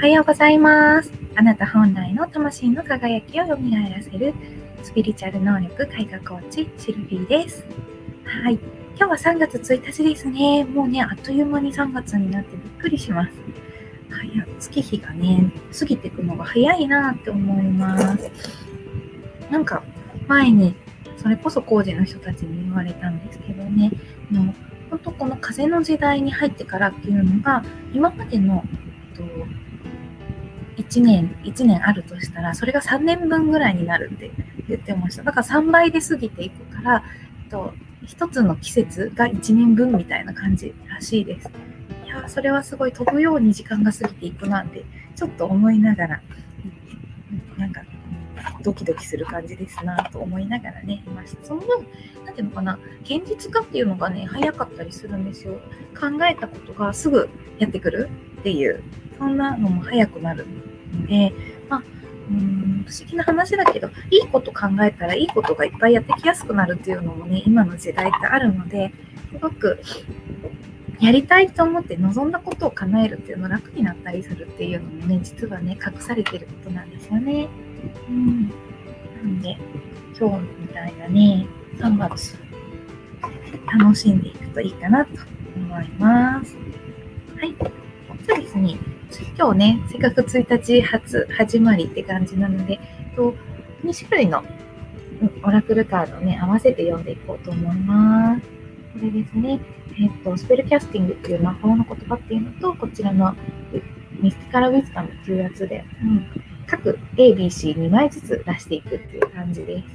おはようございます。あなた本来の魂の輝きを蘇らせるスピリチュアル能力開花コーチシルフィーです。はい、今日は3月1日ですね。もうね、あっという間に3月になってびっくりします。月日がね、過ぎていくのが早いなって思います。なんか前にそれこそ工事の人たちに言われたんですけどね、本当この風の時代に入ってからっていうのが今までの1年あるとしたらそれが3年分ぐらいになるって言ってました。だから3倍で過ぎていくから一つの季節が1年分みたいな感じらしいです。いやそれはすごい飛ぶように時間が過ぎていくなんてちょっと思いながらなんかドキドキする感じですなと思いながらねいました。その分なんていうのかな、現実化っていうのがね早かったりするんですよ。考えたことがすぐやってくるっていうそんなのも早くなるので、不思議な話だけどいいこと考えたらいいことがいっぱいやってきやすくなるっていうのもね今の時代ってあるので、すごくやりたいと思って望んだことを叶えるっていうの楽になったりするっていうのもね実はね隠されてることなんですよね。なんで今日みたいなね3月楽しんでいくといいかなと思います。はい、そうですね。今日ねせっかく1日始まりって感じなので2種類のオラクルカードをね合わせて読んでいこうと思います。これですね、スペルキャスティングっていう魔法の言葉っていうのとこちらのミスティカルウィズダムっていうやつで、各 A、B、C2 枚ずつ出していくっていう感じです。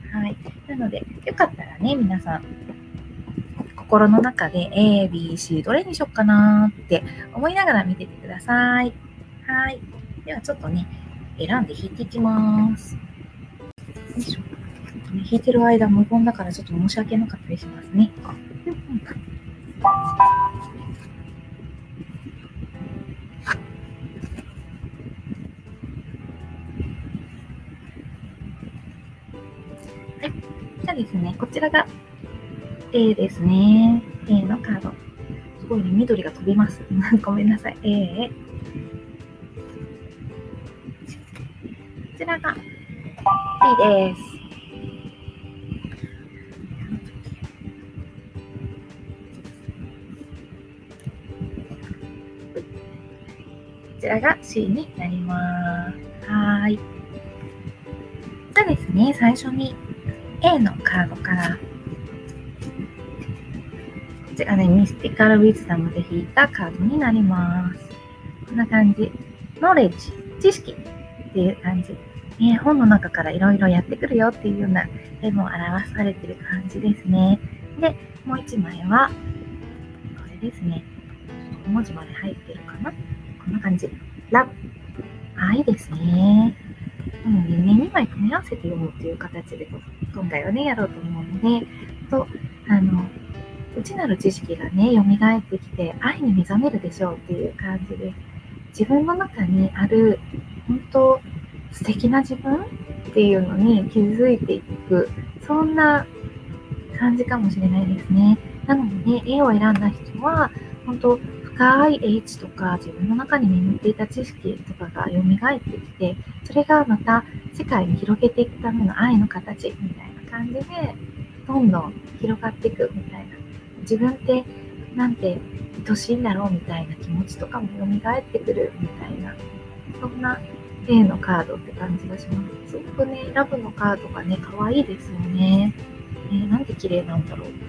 はい。なのでよかったらね皆さん心の中で A、B、C どれにしよっかなって思いながら見ててください。はい。ではちょっとね選んで引いていきます。よいしょ。引いてる間無言だからちょっと申し訳なかったりしますね。はい。じゃあですね、こちらが A ですね。A のカード。すごいね、緑が飛びます。ごめんなさい。A。こちらが B です。こちらが C になります。はい。じゃあですね、最初に A のカードからこちらね、ミスティカルウィズダムで引いたカードになります。こんな感じ。ノレッジ、知識っていう感じ。本の中からいろいろやってくるよっていうような絵も表されてる感じですね。で、もう一枚は、これですね。文字まで入ってるかな？こんな感じ。ラブ。愛ですね。なのでね、2枚組み合わせて読むっていう形で今回はね、やろうと思うので、内なる知識がね、蘇ってきて、愛に目覚めるでしょうっていう感じです。自分の中にある、本当素敵な自分っていうのに気づいていく、そんな感じかもしれないですね。なのでね、絵を選んだ人は、本当深い英知とか自分の中に眠っていた知識とかが蘇ってきて、それがまた世界に広げていくための愛の形みたいな感じで、どんどん広がっていくみたいな。自分ってなんて愛しいんだろうみたいな気持ちとかも蘇ってくるみたいな、そんな A のカードって感じがします。すごくね、ラブのカードがね、可愛いですよね。なんて綺麗なんだろう。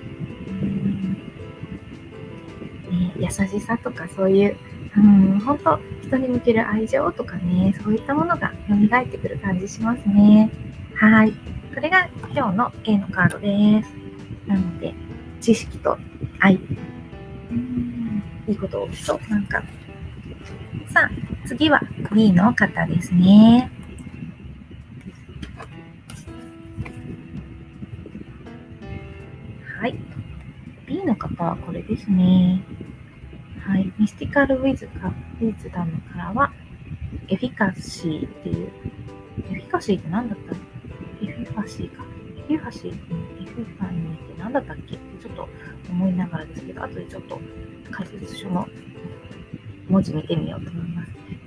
優しさとかそういう、本当人に向ける愛情とかね、そういったものが蘇ってくる感じしますね。はい。これが今日の A のカードです。なので、知識と愛。いいこと起きそう。さあ、次は B の方ですね。はい。B の方はこれですね。はい。ミスティカルウィズダムからは、エフィカシーっていう、エフィカシーって何だったの？エフィファシーか。エフィファシー、エフィファニーって何だったっけってちょっと思いながらですけど、後でちょっと解説書の文字見てみようと思います。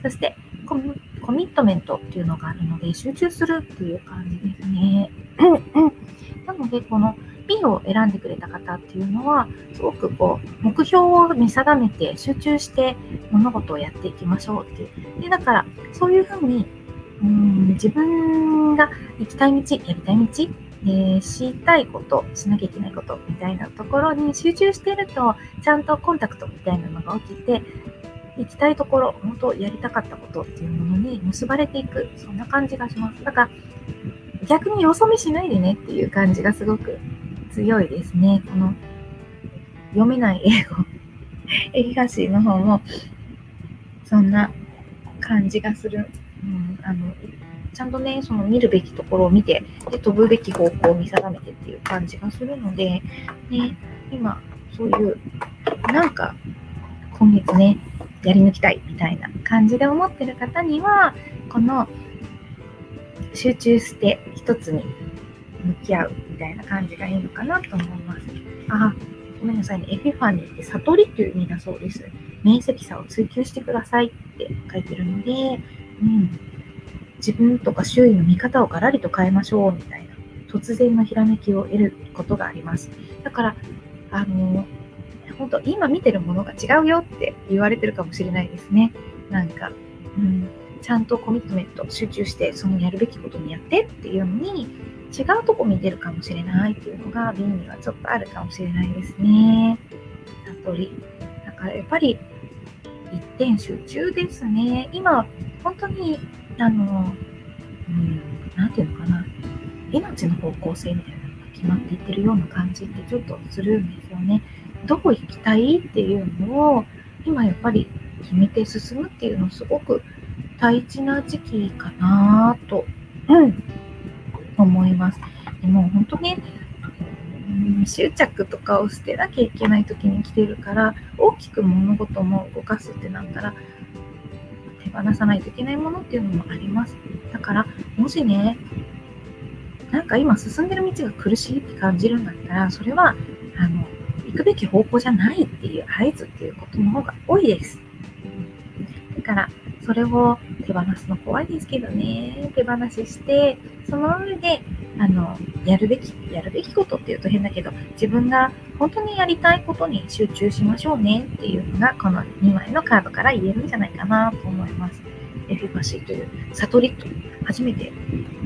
そしてコミットメントっていうのがあるので、集中するっていう感じですね。なので、この B を選んでくれた方っていうのは、すごく目標を見定めて集中して物事をやっていきましょうっていう。で、だから、そういうふうに、自分が行きたい道、やりたい道、したいこと、しなきゃいけないことみたいなところに集中していると、ちゃんとコンタクトみたいなのが起きて、行きたいところ、本当やりたかったことっていうものに結ばれていく、そんな感じがします。だから逆によそ見しないでねっていう感じがすごく強いですね。この読めない英語、エリガシーの方もそんな感じがする。ちゃんとね、その見るべきところを見て、で飛ぶべき方向を見定めてっていう感じがするので、ね、今そういうなんか今月ね、やり抜きたいみたいな感じで思ってる方には、この集中して一つに向き合うみたいな感じがいいのかなと思います。ごめんなさいね。エピファニーって悟りという意味だそうです。明晰さを追求してくださいって書いてるので、自分とか周囲の見方をガラリと変えましょうみたいな突然のひらめきを得ることがあります。だから本当今見てるものが違うよって言われてるかもしれないですね。ちゃんとコミットメント集中してそのやるべきことにやってっていうのに違うとこ見てるかもしれないっていうのが B にはちょっとあるかもしれないですね。悟り。だからやっぱり一点集中ですね。今本当になんていうのかな、命の方向性みたいなのが決まっていってるような感じってちょっとするんですよね。どこ行きたいっていうのを今やっぱり決めて進むっていうのすごく大事な時期かなと、思います。でも本当ね、執着とかを捨てなきゃいけない時に来てるから、大きく物事も動かすってなったら手放さないといけないものっていうのもあります。だからもしね、なんか今進んでる道が苦しいって感じるんだったら、それは行くべき方向じゃないっていう合図っていうことの方が多いです。だからそれを手放すの怖いですけどね、手放ししてその上でやるべきことっていうと変だけど、自分が本当にやりたいことに集中しましょうねっていうのがこの2枚のカードから言えるんじゃないかなと思います。エフィカシーという悟りと初めて、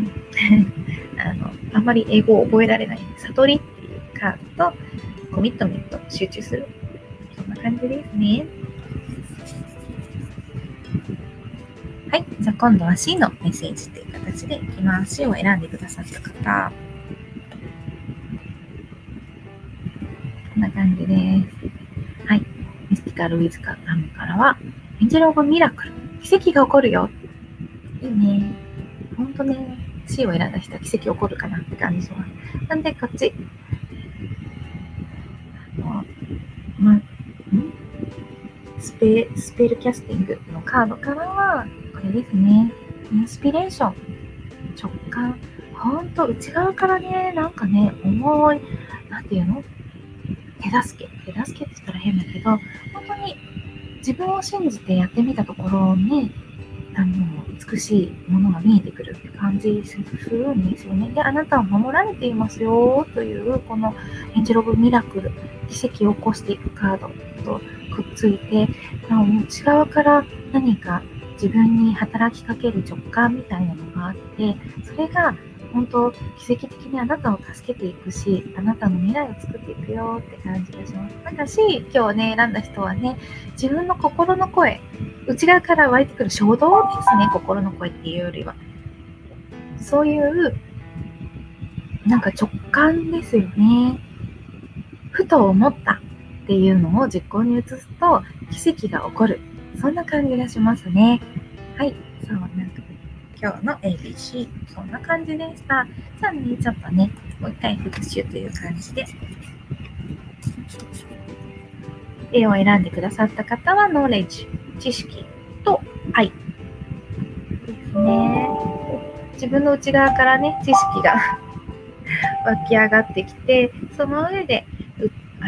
あんまり英語を覚えられない悟りっていうカードとコミットメント集中する、そんな感じですね。はい、じゃあ今度は C のメッセージという形でいきます。C を選んでくださった方、こんな感じです。はい、ミスティカルウィズカラムからはエンジェルオブミラクル、奇跡が起こるよ。いいね。ほんとね、C を選んだ人は奇跡起こるかなって感じします。なんでこっちスペルキャスティングのカードからはこれですね。インスピレーション、直感、ほんと内側からね、なんかね、重い、なんていうの、手助けって言ったら変だけど、本当に自分を信じてやってみたところね、美しいものが見えてくるって感じするんですよね。で、あなたは守られていますよというこのエンジェルオブミラクル、奇跡を起こしていくカードとくっついて、内側から何か自分に働きかける直感みたいなのがあって、それが本当奇跡的にあなたを助けていくし、あなたの未来を作っていくよって感じがします。だから今日ね選んだ人はね、自分の心の声、内側から湧いてくる衝動ですね。心の声っていうよりはそういうなんか直感ですよね。ふと思ったっていうのを実行に移すと奇跡が起こる、そんな感じがしますね。はい、そうなんか今日の ABC そんな感じでした。じゃあね、ちょっとねもう一回復習という感じで、絵を選んでくださった方はノーレッジ、知識と愛ですね。自分の内側からね知識が湧き上がってきて、その上で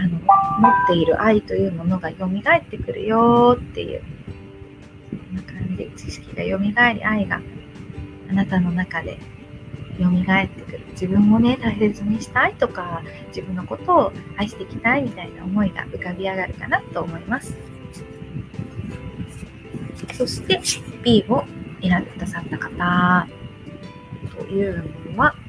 持っている愛というものが蘇ってくるよっていう、そんな感じ、知識が蘇り、愛があなたの中で蘇ってくる。自分をね、大切にしたいとか、自分のことを愛していきたいみたいな思いが浮かび上がるかなと思います。そして B を選んでくださった方というのは、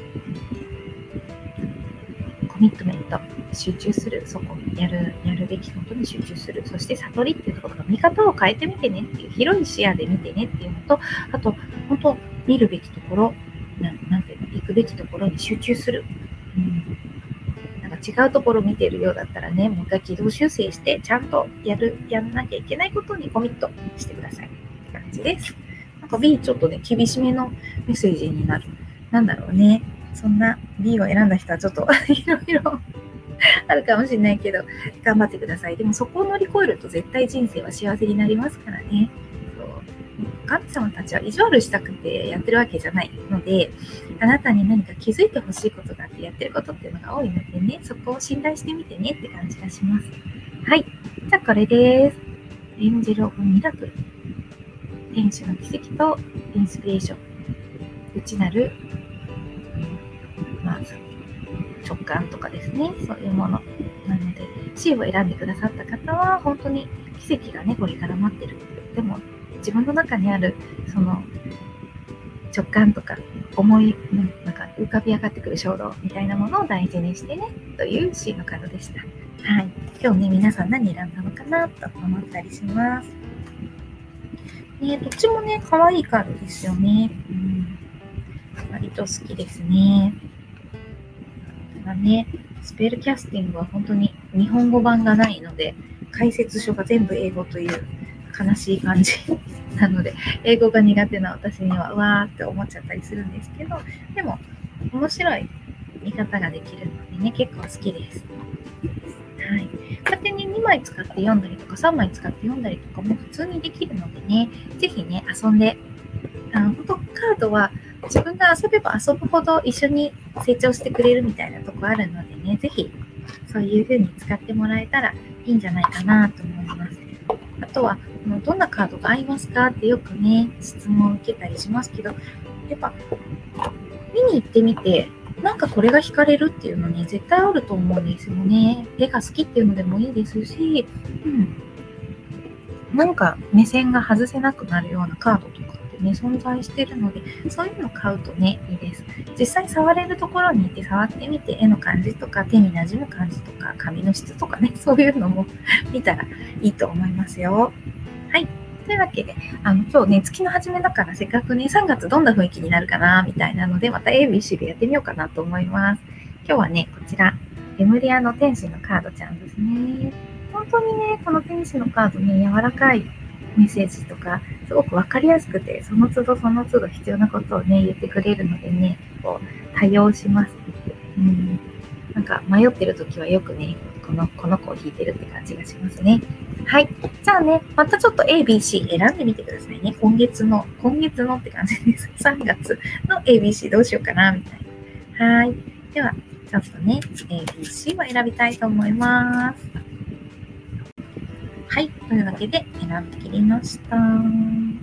コミットメント、集中する、そこやるべきことに集中する、そして悟りっていうところが見方を変えてみてねっていう、広い視野で見てねっていうのと、あと本当見るべきところ、なんていうの、行くべきところに集中する。なんか違うところを見てるようだったらね、もう一回軌道修正してちゃんとやんなきゃいけないことにコミットしてくださいって感じです。なんか B ちょっとね、厳しめのメッセージになる。なんだろうね。そんな B を選んだ人はちょっといろいろあるかもしれないけど、頑張ってください。でもそこを乗り越えると絶対人生は幸せになりますからね。神様たちは意地悪したくてやってるわけじゃないので、あなたに何か気づいてほしいことがあってやってることっていうのが多いのでね、そこを信頼してみてねって感じがします。はい。じゃあこれです。エンジェル・オブ・ミラクル。天使の奇跡とインスピレーション。内なる、直感とかですね、そういうもの。なので、C を選んでくださった方は、本当に奇跡がね、これから待ってる。でも、自分の中にあるその直感とか思い、なんか浮かび上がってくる衝動みたいなものを大事にしてねという C のカードでした。はい。今日ね、皆さん何選んだのかなと思ったりします。どっちもね、可愛いカードですよね。割と好きですね。ただね、スペルキャスティングは本当に日本語版がないので、解説書が全部英語という悲しい感じなので、英語が苦手な私にはうわーって思っちゃったりするんですけど、でも面白い見方ができるのでね、結構好きです。はい。勝手に2枚使って読んだりとか3枚使って読んだりとかも普通にできるのでね、ぜひね、遊んで、本当カードは自分が遊べば遊ぶほど一緒に成長してくれるみたいなとこあるのでね、ぜひそういう風に使ってもらえたらいいんじゃないかなと思います。あとは、どんなカードが合いますかってよくね、質問を受けたりしますけど、やっぱ見に行ってみて、なんかこれが惹かれるっていうのね、絶対あると思うんですよね。絵が好きっていうのでもいいですし、なんか目線が外せなくなるようなカードとかってね、存在してるので、そういうの買うとね、いいです。実際触れるところに行って触ってみて、絵の感じとか手に馴染む感じとか紙の質とかね、そういうのも見たらいいと思いますよ。はい。というわけで、今日ね、月の初めだからせっかくね、3月どんな雰囲気になるかな、みたいなので、また ABC でやってみようかなと思います。今日はね、こちら、レムリアの天使のカードちゃんですね。本当にね、この天使のカードね、柔らかいメッセージとか、すごくわかりやすくて、その都度その都度必要なことをね、言ってくれるのでね、こう、対応します。なんか迷ってるときはよくね、この子を引いてるって感じがしますね。はい。じゃあね、またちょっと ABC 選んでみてくださいね。今月のって感じです。3月の ABC どうしようかな、みたいな。はい。では、ちょっとね、ABC を選びたいと思います。はい。というわけで、選び切りました。3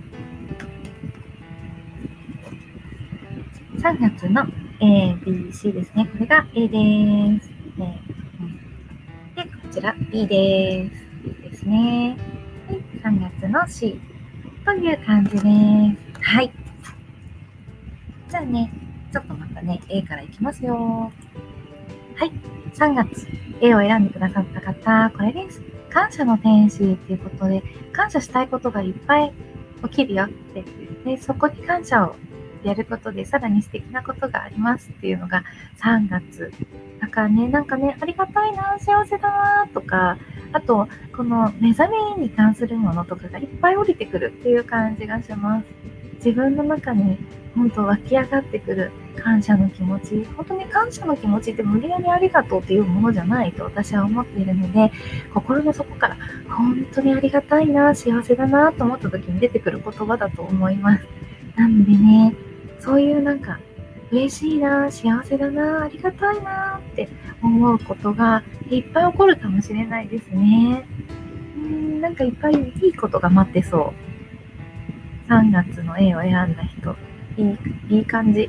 月の ABC ですね。これが A です。で、こちら B です。ですね。で、3月の C という感じです。はい。じゃあね、ちょっとまたね、A からいきますよ。はい。3月、A を選んでくださった方、これです。感謝の天使っていうことで、感謝したいことがいっぱい起きるよって。で、そこに感謝をやることで、さらに素敵なことがありますっていうのが3月。だからね、なんかね、ありがたいな、幸せだなとか、あと、この目覚めに関するものとかがいっぱい降りてくるっていう感じがします。自分の中に本当湧き上がってくる感謝の気持ち、本当に感謝の気持ちって無理やりありがとうっていうものじゃないと私は思っているので、心の底から本当にありがたいな、幸せだなと思った時に出てくる言葉だと思います。なのでね、そういうなんか嬉しいな、幸せだな、ありがたいなって思うことがいっぱい起こるかもしれないですね。なんかいっぱいいいことが待ってそう。 3月の A を選んだ人、いい感じ。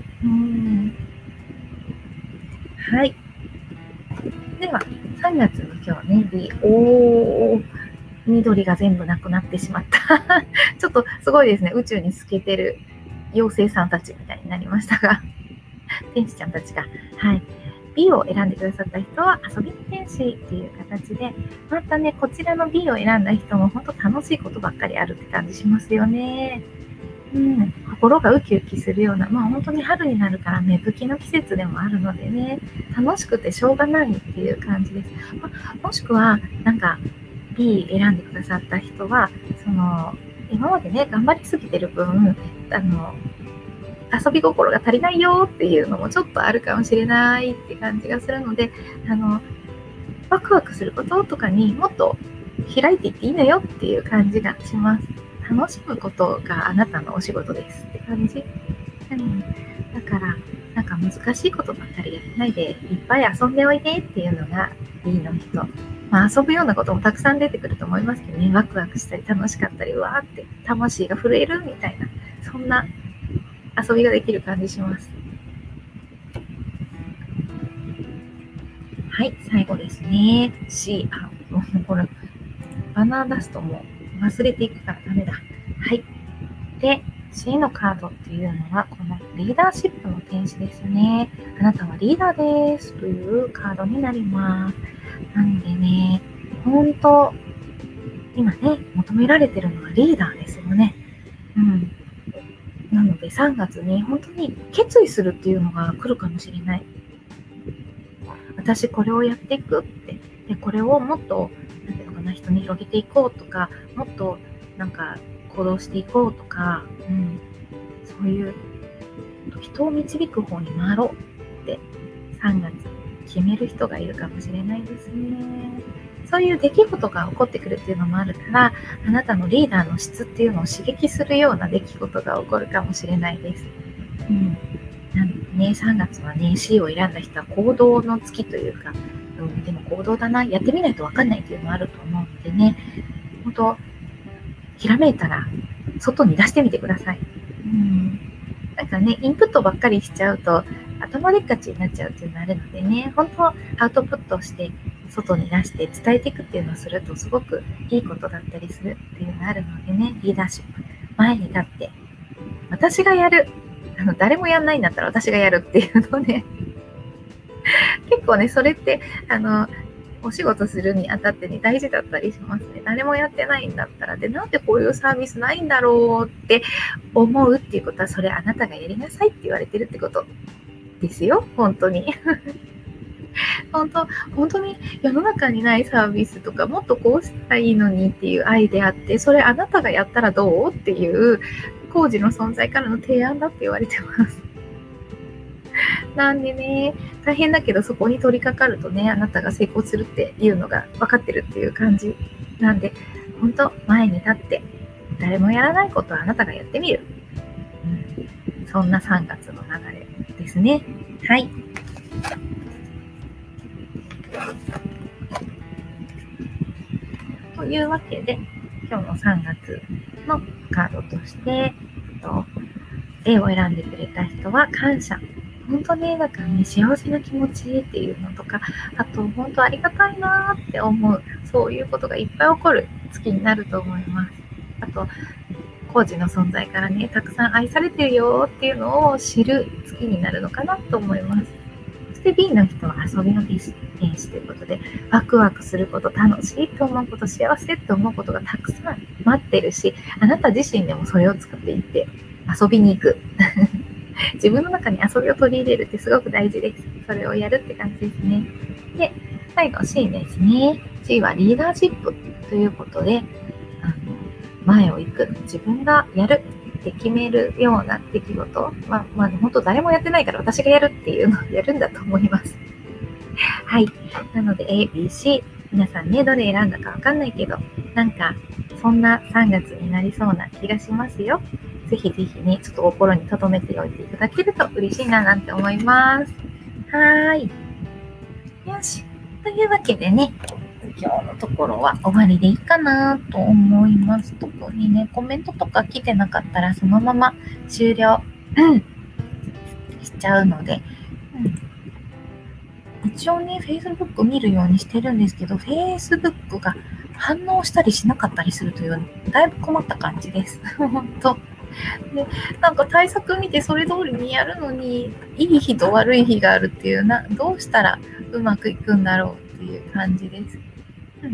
はい。では、3月の今日ね、B、緑が全部なくなってしまった。ちょっとすごいですね。宇宙に透けてる妖精さんたちみたいになりましたが、天使ちゃんたちが。はい。B を選んでくださった人は遊びの天使っていう形で、またね、こちらの B を選んだ人も本当楽しいことばっかりあるって感じしますよね。心がウキウキするような、本当に春になるから芽吹きの季節でもあるのでね、楽しくてしょうがないっていう感じです。もしくは、なんか B 選んでくださった人は、今までね、頑張りすぎてる分、遊び心が足りないよっていうのもちょっとあるかもしれないって感じがするので、ワクワクすることとかにもっと開いていっていいのよっていう感じがします。楽しむことがあなたのお仕事ですって感じ。だから、なんか難しいことばっかりやってないで、いっぱい遊んでおいでっていうのが B の人。遊ぶようなこともたくさん出てくると思いますけどね、ワクワクしたり楽しかったり、うわーって魂が震えるみたいな、そんな遊びができる感じします。はい、最後ですね。C、これ、バナー出すともう忘れていくからダメだ。はい。で、C のカードっていうのは、このリーダーシップの天使ですね。あなたはリーダーですというカードになります。なのでね、本当、今ね、求められてるのはリーダーですよね。なので3月に本当に決意するっていうのが来るかもしれない。私これをやっていくって。で、これをもっと、なんていうのかな、人に広げていこうとか、もっとなんか行動していこうとか、そういう人を導く方に回ろうって3月決める人がいるかもしれないですね。そういう出来事が起こってくるっていうのもあるから、あなたのリーダーの質っていうのを刺激するような出来事が起こるかもしれないです。なのでね、3月はね、C を選んだ人は行動の月というか、でも行動だな、やってみないと分かんないっていうのもあると思うのでね、本当ひらめいたら外に出してみてください。なんかね、インプットばっかりしちゃうと頭でっかちになっちゃうっていうのがあるのでね、本当アウトプットして外に出して伝えていくっていうのをするとすごくいいことだったりするっていうのがあるのでね、リーダーシップ前に立って私がやる、誰もやんないんだったら私がやるっていうのね結構ね、それってお仕事するにあたってに大事だったりしますね。誰もやってないんだったら、で、なんでこういうサービスないんだろうって思うっていうことは、それあなたがやりなさいって言われてるってことですよ、本当に。本当に世の中にないサービスとか、もっとこうしたらいいのにっていうアイデアって、それあなたがやったらどうっていう工事の存在からの提案だって言われてます。なんでね、大変だけどそこに取り掛かるとね、あなたが成功するっていうのが分かってるっていう感じなんで、本当前に立って誰もやらないことはあなたがやってみる、そんな3月の流れですね。はい。というわけで、今日の3月のカードとして、A を選んでくれた人は感謝。本当になんかね、幸せな気持ちっていうのとか、あと本当ありがたいなって思う、そういうことがいっぱい起こる月になると思います。あと、工事の存在からね、たくさん愛されてるよっていうのを知る月になるのかなと思います。そして B の人は遊びの天使ということで、ワクワクすること、楽しいと思うこと、幸せと思うことがたくさん待ってるし、あなた自身でもそれを使っていって遊びに行く。自分の中に遊びを取り入れるってすごく大事です。それをやるって感じですね。で、最後 C ですね。C はリーダーシップということで、前を行く、自分がやるって決めるような出来事、本当誰もやってないから私がやるっていうのをやるんだと思います。はい。なので A、B、C、皆さんね、どれ選んだかわかんないけど、なんかそんな3月になりそうな気がしますよ。ぜひぜひね、ちょっと心に留めておいていただけると嬉しいななんて思います。はーい。よし。というわけでね、 今日のところは終わりでいいかなと思います。特にね、コメントとか来てなかったらそのまま終了、しちゃうので、一応ね、Facebook 見るようにしてるんですけど、Facebook が反応したりしなかったりするという、だいぶ困った感じです。本当。で、なんか対策見てそれ通りにやるのに、いい日と悪い日があるっていうどうしたらうまくいくんだろうっていう感じです。な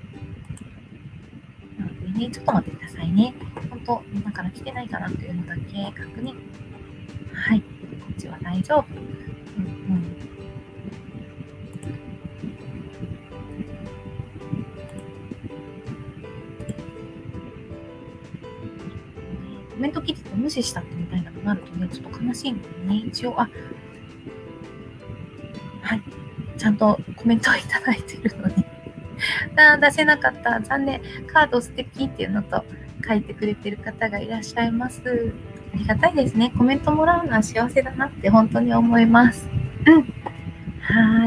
のでね、ちょっと待ってくださいね。本当、だから来てないかなというのだけ確認。はい、こっちは大丈夫。コメント聞いてて無視したってみたいなくなるとね、ちょっと悲しいのでね、一応、はい、ちゃんとコメントをいただいてるのに出せなかった、残念、カード素敵っていうのと書いてくれてる方がいらっしゃいます。ありがたいですね。コメントもらうのは幸せだなって本当に思います。はい。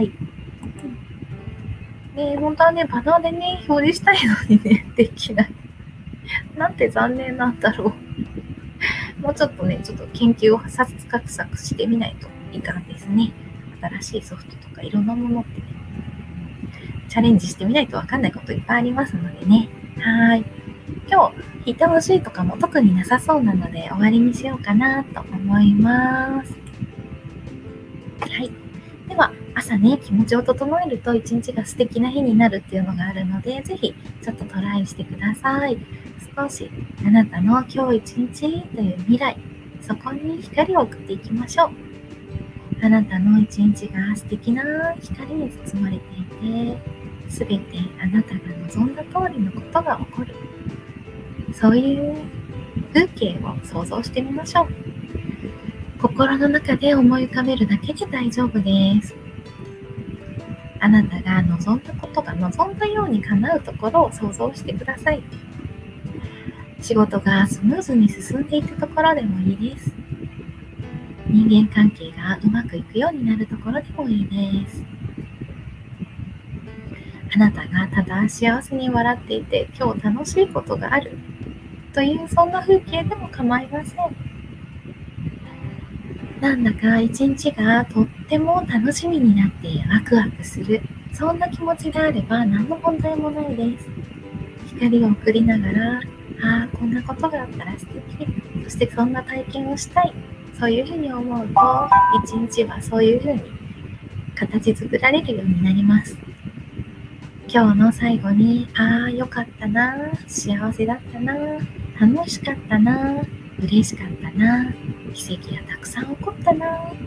ね、本当はね、バナーでね、表示したいのにね、できない。なんて残念なんだろう。もうちょっとね、ちょっと研究をサクサクしてみないといかんですね。新しいソフトとかいろんなものってね、チャレンジしてみないと分かんないこといっぱいありますのでね。はい。今日、弾いてほしいとかも特になさそうなので終わりにしようかなと思います。はい。では、朝ね、気持ちを整えると一日が素敵な日になるっていうのがあるので、ぜひちょっとトライしてください。少しあなたの今日一日という未来、そこに光を送っていきましょう。あなたの一日が素敵な光に包まれていて、すべてあなたが望んだ通りのことが起こる。そういう風景を想像してみましょう。心の中で思い浮かべるだけで大丈夫です。あなたが望んだことが望んだように叶うところを想像してください。仕事がスムーズに進んでいくところでもいいです。人間関係がうまくいくようになるところでもいいです。あなたがただ幸せに笑っていて今日楽しいことがあるというそんな風景でも構いません。なんだか一日がとっても楽しみになってワクワクする、そんな気持ちであれば何の問題もないです。光を送りながら、こんなことがあったら素敵、そしてそんな体験をしたい、そういうふうに思うと一日はそういうふうに形作られるようになります。今日の最後に良かったな、幸せだったな、楽しかったな、嬉しかったな、奇跡がたくさん起こったなと、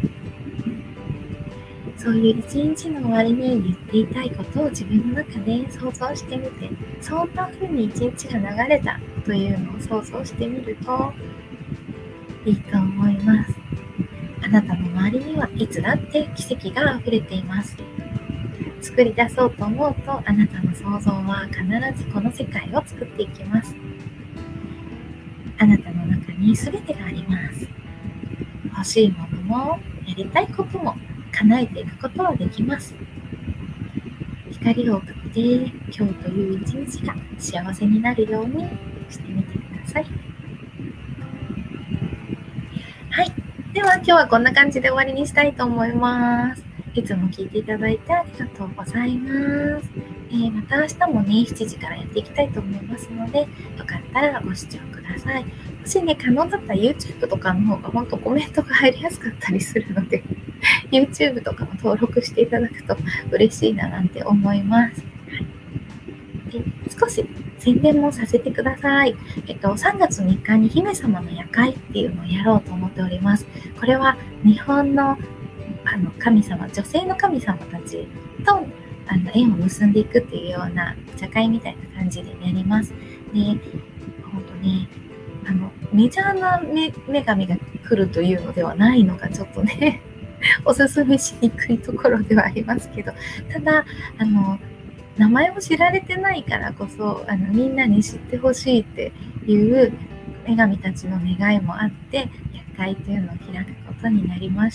そういう一日の終わりに言っていたいことを自分の中で想像してみて、そんな風に一日が流れたというのを想像してみるといいと思います。あなたの周りにはいつだって奇跡があふれています。作り出そうと思うと、あなたの想像は必ずこの世界を作っていきます。あなたの中に全てがあります。欲しいものもやりたいことも叶えていくことはできます。光を送って今日という一日が幸せになるようにしてみてください。はい。では今日はこんな感じで終わりにしたいと思います。いつも聞いていただいてありがとうございます。また明日もね、7時からやっていきたいと思いますので、よかったらご視聴ください。もしね、可能だったら YouTube とかの方が本当コメントが入りやすかったりするので、YouTube とかも登録していただくと嬉しいななんて思います。で、少し宣伝もさせてください。3月3日に姫様の夜会っていうのをやろうと思っております。これは日本の神様、女性の神様たちと縁を結んでいくっていうような茶会みたいな感じでやります。で、本当ね、メジャーな女神が来るというのではないのがちょっとねおすすめしにくいところではありますけど、ただ名前を知られてないからこそみんなに知ってほしいっていう女神たちの願いもあって夜会というのを開くことになりました。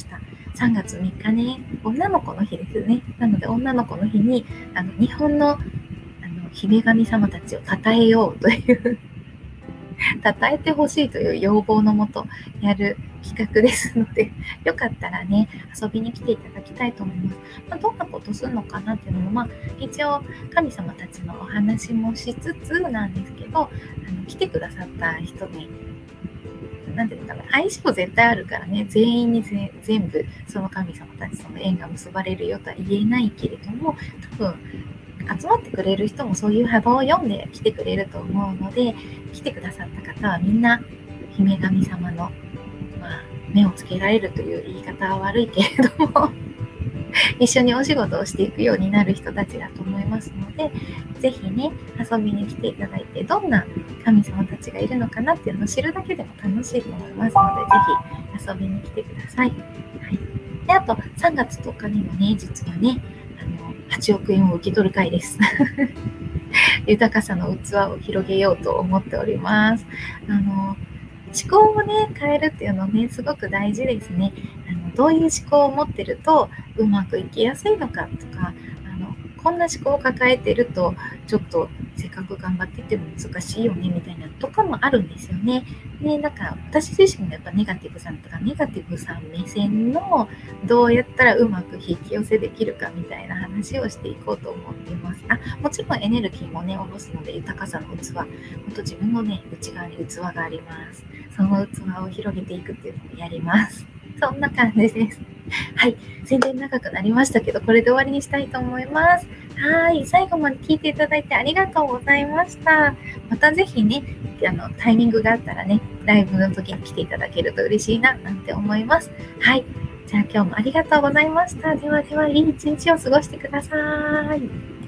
3月3日ね、女の子の日ですね。なので女の子の日に日本の姫神様たちを称えようという称えてほしいという要望のもとやる企画ですので、よかったらね、遊びに来ていただきたいと思います。どんなことするのかなっていうのも、一応神様たちのお話もしつつなんですけど、来てくださった人になんていうのかな、相性絶対あるからね、全員に全部その神様たちとの縁が結ばれるよとは言えないけれども、多分集まってくれる人もそういう幅を読んで来てくれると思うので、来てくださった方はみんな姫神様の、目をつけられるという言い方は悪いけれども一緒にお仕事をしていくようになる人たちだと思いますので、ぜひね、遊びに来ていただいて、どんな神様たちがいるのかなっていうのを知るだけでも楽しいと思いますので、ぜひ遊びに来てください。はい。で、あと3月10日にもね、実はね、8億円を受け取る会です。豊かさの器を広げようと思っております。思考をね、変えるっていうのね、すごく大事ですね。どういう思考を持ってるとうまくいきやすいのかとか、こんな思考を抱えてるとちょっとせっかく頑張ってても難しいよねみたいなとかもあるんですよね。で、なんか私自身もやっぱネガティブさんとかネガティブさん目線のどうやったらうまく引き寄せできるかみたいな話をしていこうと思っています。もちろんエネルギーもね、下ろすので豊かさの器、本当自分のね、内側に器があります。その器を広げていくっていうのをやります。そんな感じです。はい、宣伝長くなりましたけど、これで終わりにしたいと思います。はい、最後まで聞いていただいてありがとうございました。またぜひね、タイミングがあったらね、ライブの時に来ていただけると嬉しいななんて思います。はい、じゃあ今日もありがとうございました。ではでは、いい一日を過ごしてください。